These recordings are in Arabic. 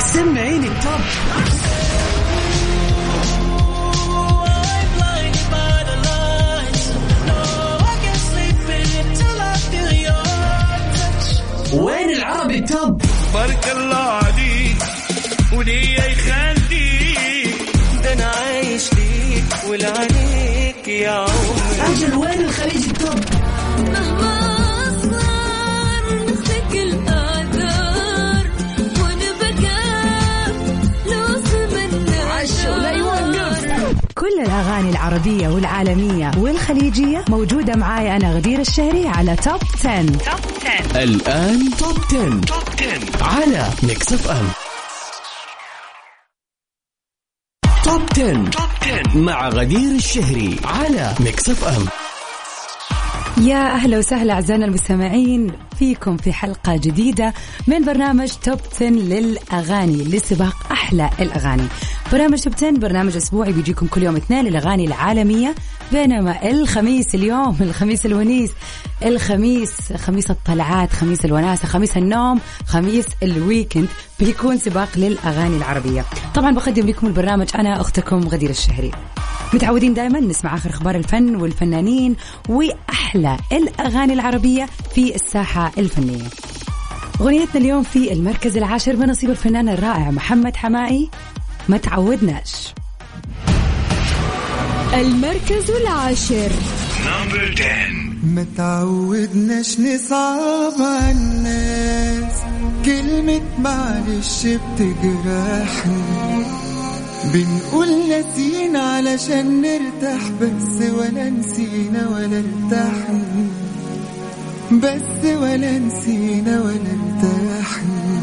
سمعيني التوب. وين العربي التوب؟ بارك الله عليك ولي يخليك، ده انا عايش ليك ولعنيك يا عمري. أجل وين الخليج التوب؟ مهما أصغر نخلق الآثار ونبقى نوصل منا عشو لا يوقف. كل الأغاني العربية والعالمية والخليجية موجودة معاي أنا غدير الشهري على توب 10. الآن توب 10 على ميكس اف ام. توب 10 مع غدير الشهري على ميكس اف ام. يا أهلا وسهلا أعزائنا المستمعين فيكم في حلقة جديدة من برنامج توب 10 للأغاني لسباق أحلى الأغاني. برنامج توب 10 برنامج أسبوعي بيجيكم كل يوم اثنين للأغاني العالمية، بينما الخميس اليوم الخميس الونيس، الخميس خميس الطلعات، خميس الوناسة، خميس النوم، خميس الويكند، بيكون سباق للأغاني العربية. طبعا بقدم لكم البرنامج أنا أختكم غدير الشهري. متعودين دائما نسمع آخر أخبار الفن والفنانين وأحلى الأغاني العربية في الساحة الفنية. أغنيتنا اليوم في المركز العاشر بنصيب الفنان الرائع محمد حمائي، ما تعودناش. المركز العاشر نمبر 10. ما تعودناش نصعب على الناس، كلمة معلش بتجرحني، بنقول نسينا علشان نرتاح بس ولا نسينا ولا ارتحنا، بس ولا نسينا ولا ارتحنا.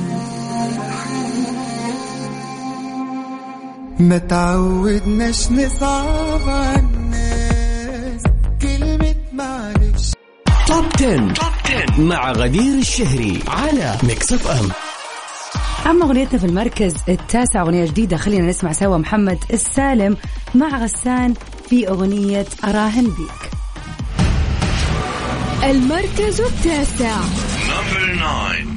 ما تعودناش نصعب على الناس، كلمة معلش. توب 10 مع غدير الشهري على ميكس اف ام. أما أغنيتنا في المركز التاسع أغنية جديدة، خلينا نسمع سوا محمد السالم مع غسان في أغنية أراهن بيك. المركز التاسع نمبر 9.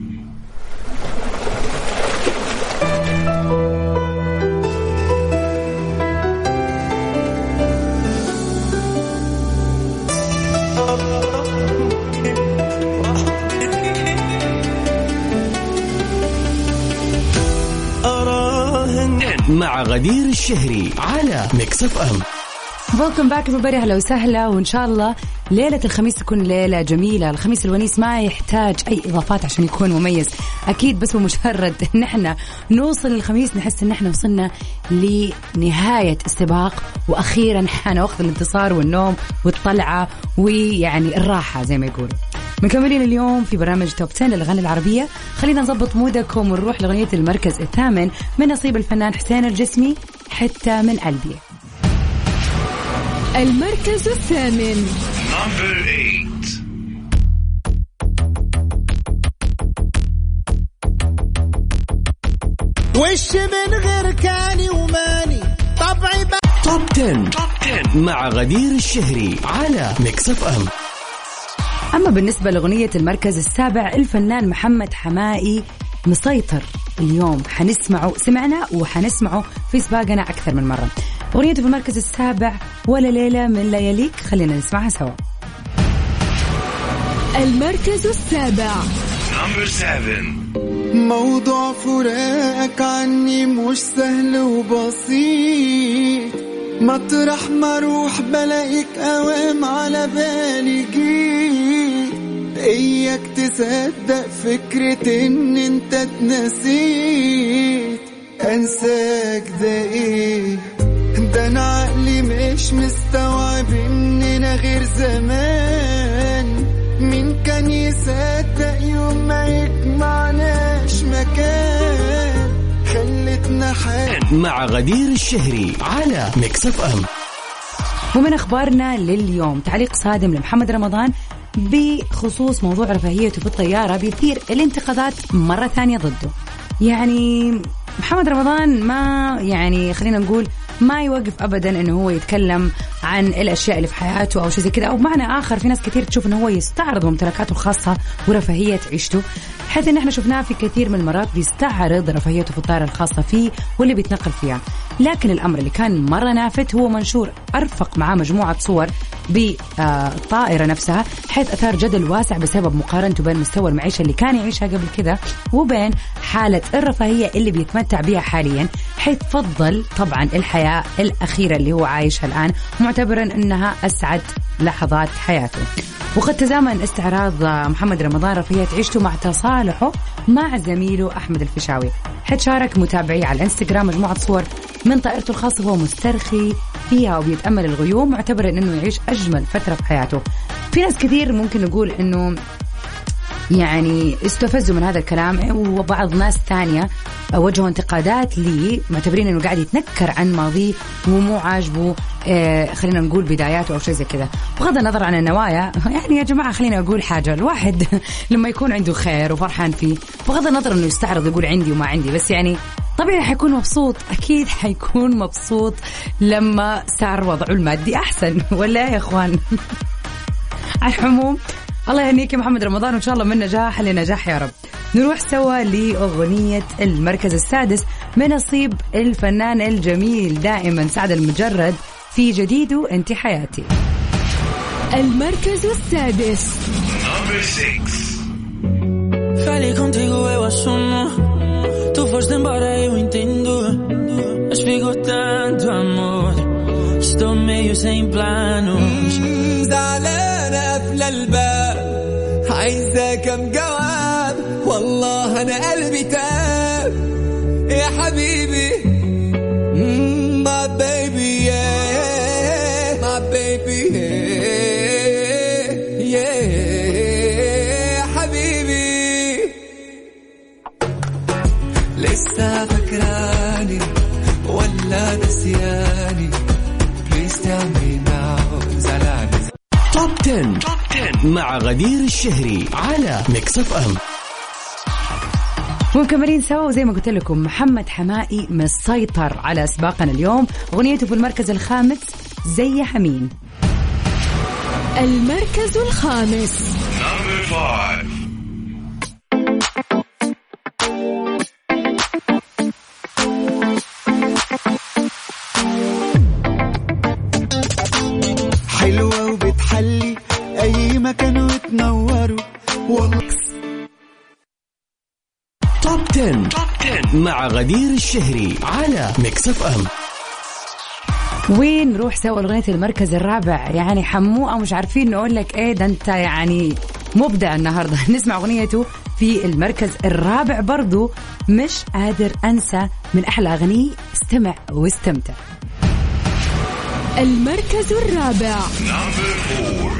مع غدير الشهري على ميكس اف ام. Welcome back everybody، أهلا وسهلا، وإن شاء الله ليلة الخميس تكون ليلة جميلة. الخميس الونيس ما يحتاج أي إضافات عشان يكون مميز أكيد، بس بمجرد إن إحنا نوصل للخميس نحس إن إحنا وصلنا لنهاية السباق، وأخيرا حان وقت الانتصار والنوم والطلعة ويعني الراحة زي ما يقولوا. مكملين اليوم في برنامج توب 10 للأغاني العربية. خلينا نضبط مودكم ونروح لأغنية المركز الثامن من نصيب الفنان حسين الجسمي، حتى من قلبي. المركز الثامن نمبر 8. وش من غير كاني وماني طبعي توب 10 مع غدير الشهري على ميكس اف ام. أما بالنسبة لأغنية المركز السابع، الفنان محمد حمائي مسيطر اليوم، سمعنا وحنسمعه في سباقنا أكثر من مرة. أغنيته في المركز السابع ولا ليلة من لياليك، خلينا نسمعها سوا. المركز السابع نمبر 7. موضوع فراقك عني مش سهل وبسيط، مطرح ما اروح بلاقيك قوام على بالي جيت، اياك تصدق فكرة ان انت اتنسيت، انساك ده ايه ده، انا عقلي مش مستوعب اننا غير زمان، مين كان يصدق يوم ما يجمعناش مكان، خلتنا حال. مع غدير الشهري على ميكس اف ام. ومن أخبارنا لليوم تعليق صادم لمحمد رمضان بخصوص موضوع رفاهيته في الطيارة بيثير الانتقادات مرة ثانية ضده. يعني محمد رمضان ما يعني خلينا نقول ما يوقف أبدا أنه هو يتكلم عن الأشياء اللي في حياته أو شيء زي كده. أو بمعنى آخر في ناس كثير تشوف أنه هو يستعرض ممتلكاته الخاصة ورفاهية عيشته، حيث أن احنا شفناه في كثير من المرات بيستعرض رفاهيته في الطائرة الخاصة فيه واللي بيتنقل فيها. لكن الأمر اللي كان مرة نافت هو منشور أرفق معاه مجموعة صور بالطائرة نفسها، حيث أثار جدل واسع بسبب مقارنته بين مستوى المعيشة اللي كان يعيشها قبل كده وبين حالة الرفاهية اللي بيتمتع بها حاليا، حيث فضل طبعا الحياة الأخيرة اللي هو عايشها الآن معتبرا أنها أسعد لحظات حياته. وقد تزامن استعراض محمد رمضان رفاهية عيشته مع تصالحه مع زميله أحمد الفيشاوي، حيث شارك متابعيه على الانستغرام مجموعة صور من طائرته الخاصة وهو مسترخي فيها وبيتأمل الغيوم، معتبر أنه يعيش أجمل فترة في حياته. في ناس كثير ممكن نقول أنه يعني استفزوا من هذا الكلام، وبعض ناس ثانية وجهوا انتقادات لي معتبرين أنه قاعد يتنكر عن ماضيه ومو عاجبه خلينا نقول بداياته أو شيء زي كذا. بغض النظر عن النوايا يعني يا جماعة خلينا أقول حاجة، الواحد لما يكون عنده خير وفرحان فيه بغض النظر أنه يستعرض يقول عندي وما عندي، بس يعني طبيعي حيكون مبسوط، أكيد حيكون مبسوط لما صار وضعه المادي أحسن، ولا يا إخوان؟ على العموم الله يهنيك يا محمد رمضان، وإن شاء الله من نجاح لنجاح يا رب. نروح سوا لأغنية المركز السادس من نصيب الفنان الجميل دائما سعد المجرد في جديد أنت حياتي. المركز السادس. Falei contigo, eu assumo. Tu foste embora, eu entendo. Mas ficou tanto amor. Estou meio sem planos. زعلانة قافلة الباب عايزة كم جواب والله أنا قلبي تاب يا حبيبي. My baby yeah my baby yeah يا حبيبي. لسه فاكراني ولا نسياني؟ Please tell me now. زعلانة. توب 10 مع غدير الشهري على ميكس اف ام. ومكملين سوا، وزي ما قلت لكم محمد حمائي مسيطر على أسباقنا اليوم، أغنيته في المركز الخامس زي حمين. المركز الخامس. Number 5. حلوة وبتحلي أي مكان وتنوروا توب 10 مع غدير الشهري على ميكس اف ام. وين نروح سوا لأغنية المركز الرابع؟ يعني حمو أو مش عارفين نقول لك إيه ده، أنت يعني مبدع النهاردة. نسمع أغنيته في المركز الرابع برضو، مش قادر أنسى، من أحلى أغنية، استمع واستمتع. المركز الرابع. Number 4.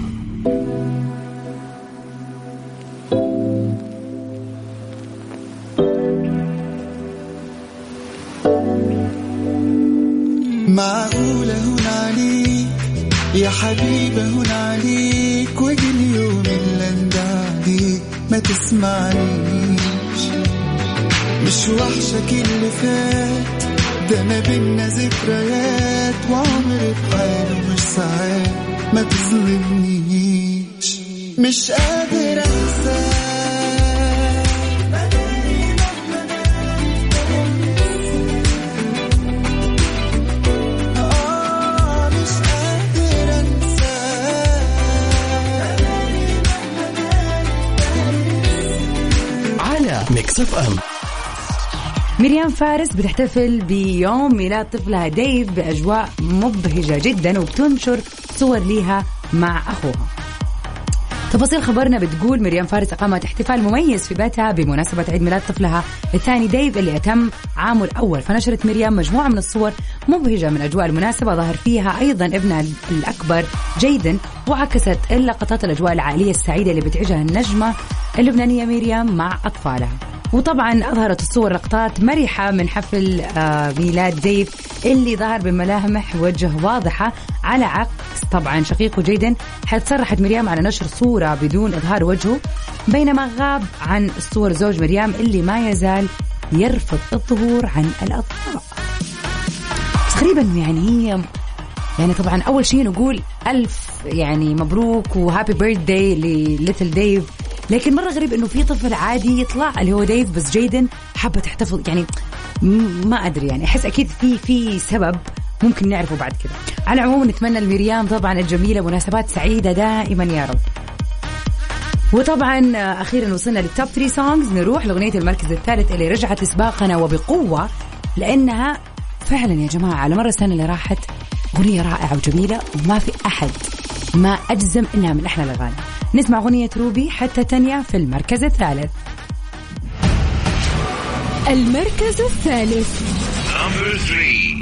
معقولة هون عليك يا حبيبة هون عليك، واجي اليوم اللي اندعليك ما تسمعنيش. مش وحشك اللي فات ده ما بينا ذكريات، وعمري بحاله مش ساعات ما تظلمنيش. مش قادر انساك ميكس اف ام. مريم فارس بتحتفل بيوم ميلاد طفلها ديف بأجواء مبهجة جدا، وبتنشر صور ليها مع أخوها. تفاصيل خبرنا بتقول مريم فارس أقامت احتفال مميز في بيتها بمناسبة عيد ميلاد طفلها الثاني ديف اللي أتم عامه الأول، فنشرت مريم مجموعة من الصور مبهجة من أجواء المناسبة، ظهر فيها أيضا ابنها الأكبر جيدن، وعكست اللقطات الأجواء العائلية السعيدة اللي بتعيشها النجمة اللبنانية مريم مع أطفالها. وطبعا أظهرت الصور لقطات مرحة من حفل ميلاد ديف اللي ظهر بملامح وجه واضحة على عكس طبعا شقيقه جيدن، حيث صرحت مريم على نشر صورة بدون إظهار وجهه، بينما غاب عن الصور زوج مريم اللي ما يزال يرفض الظهور عن الأضواء. غريبة إنه يعني هي يعني طبعا أول شيء نقول ألف يعني مبروك وهابي بيرثداي لليتل ديف، لكن مرة غريب إنه في طفل عادي يطلع اللي هو ديف بس جيدن حابة تحتفل، يعني ما أدري، يعني أحس أكيد في سبب ممكن نعرفه بعد كده. على العموم نتمنى لمريم طبعا الجميلة مناسبات سعيدة دائما يا رب. وطبعا أخيرا وصلنا للتوب 3 سونجز، نروح لأغنية المركز الثالث اللي رجعت لسباقنا وبقوة، لأنها فعلا يا جماعة على مر السنة اللي راحت أغنية رائعة وجميلة، وما في أحد ما أجزم إنها من أحلى الأغاني. نسمع أغنية روبي حتى تانية في المركز الثالث. المركز الثالث. Number 3.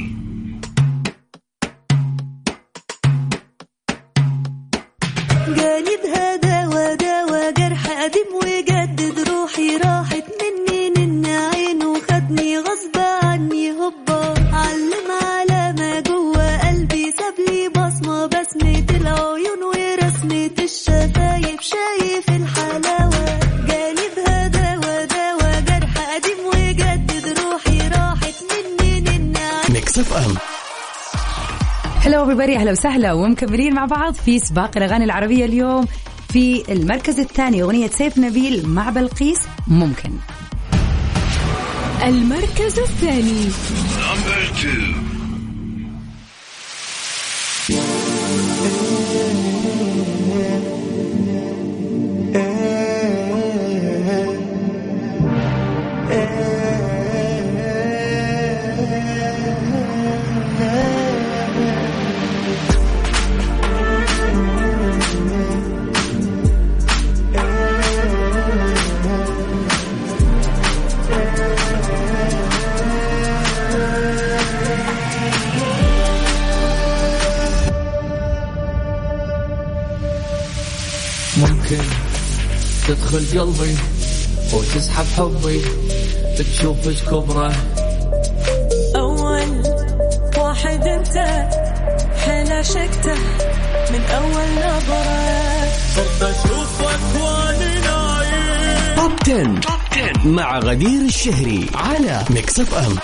قالبها دوا دوا جرح قديم وجدد روحي راحت مني من عين وخدني غصب عني هوبا علم على ما جوا قلبي سابلي بصمة بسمة العيون ورسمة الشفايف شايف الحلاوة قالبها دوا دوا جرح قديم وجدد روحي راحت مني من عين. ميكس اف ام. هلو everybody، أهلا وسهلا ومكملين مع بعض في سباق الأغاني العربية. اليوم في المركز الثاني أغنية سيف نبيل مع بلقيس ممكن. المركز الثاني. Number 2. ممكن تدخل قلبي وتسحب حبي بتشوف ايش كبره أول واحد أنت حلا شكته من أول نظرة صرت أشوفك وأنا نايم. توب 10 مع غدير الشهري على ميكس اف ام.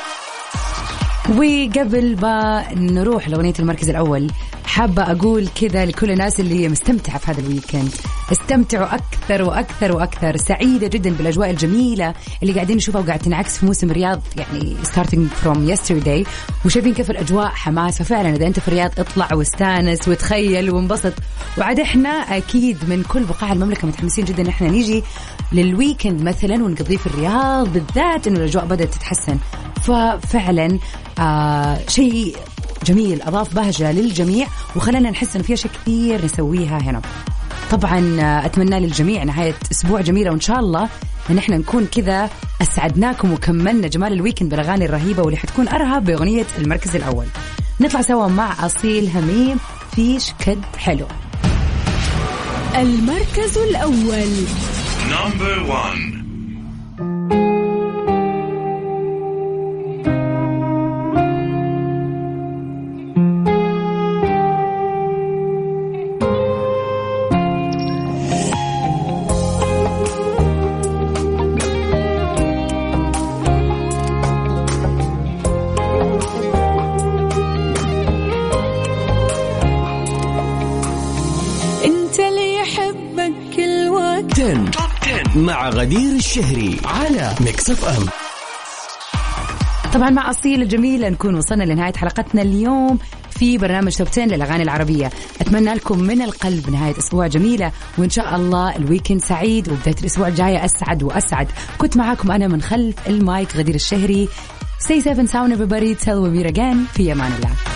وقبل ما نروح لأغنية المركز الأول حابة أقول كذا لكل الناس اللي مستمتعة في هذا الويكند، استمتعوا أكثر وأكثر وأكثر. سعيدة جدا بالأجواء الجميلة اللي قاعدين نشوفها وقاعد تنعكس في موسم الرياض، يعني starting from yesterday، وشايفين كيف الأجواء حماس. ففعلا إذا أنت في الرياض اطلع واستانس وتخيل وانبسط. وعاد إحنا أكيد من كل بقاع المملكة متحمسين جدا إن إحنا نيجي للويكند مثلا ونقضيه في الرياض، بالذات إنه الأجواء بدأت تتحسن. ففعلا شيء جميل أضاف بهجة للجميع، وخلنا نحس إنه في أشياء كثير نسويها هنا. طبعا أتمنى للجميع نهاية أسبوع جميلة، وإن شاء الله إن إحنا نكون كذا أسعدناكم وكملنا جمال الويكند بالأغاني الرهيبة واللي حتكون أرهب بأغنية المركز الأول. نطلع سوا مع أصيل هميم فيش كد حلو. المركز الأول. Number 1. مع غدير الشهري على ميكس اف ام. طبعا مع أصيل الجميلة نكون وصلنا لنهاية حلقتنا اليوم في برنامج توب 10 للأغاني العربية. أتمنى لكم من القلب نهاية أسبوع جميلة، وإن شاء الله الويكند سعيد وبداية الأسبوع الجاية أسعد وأسعد. كنت معاكم أنا من خلف المايك غدير الشهري. Stay safe and sound everybody. Till we meet again. في أمان الله.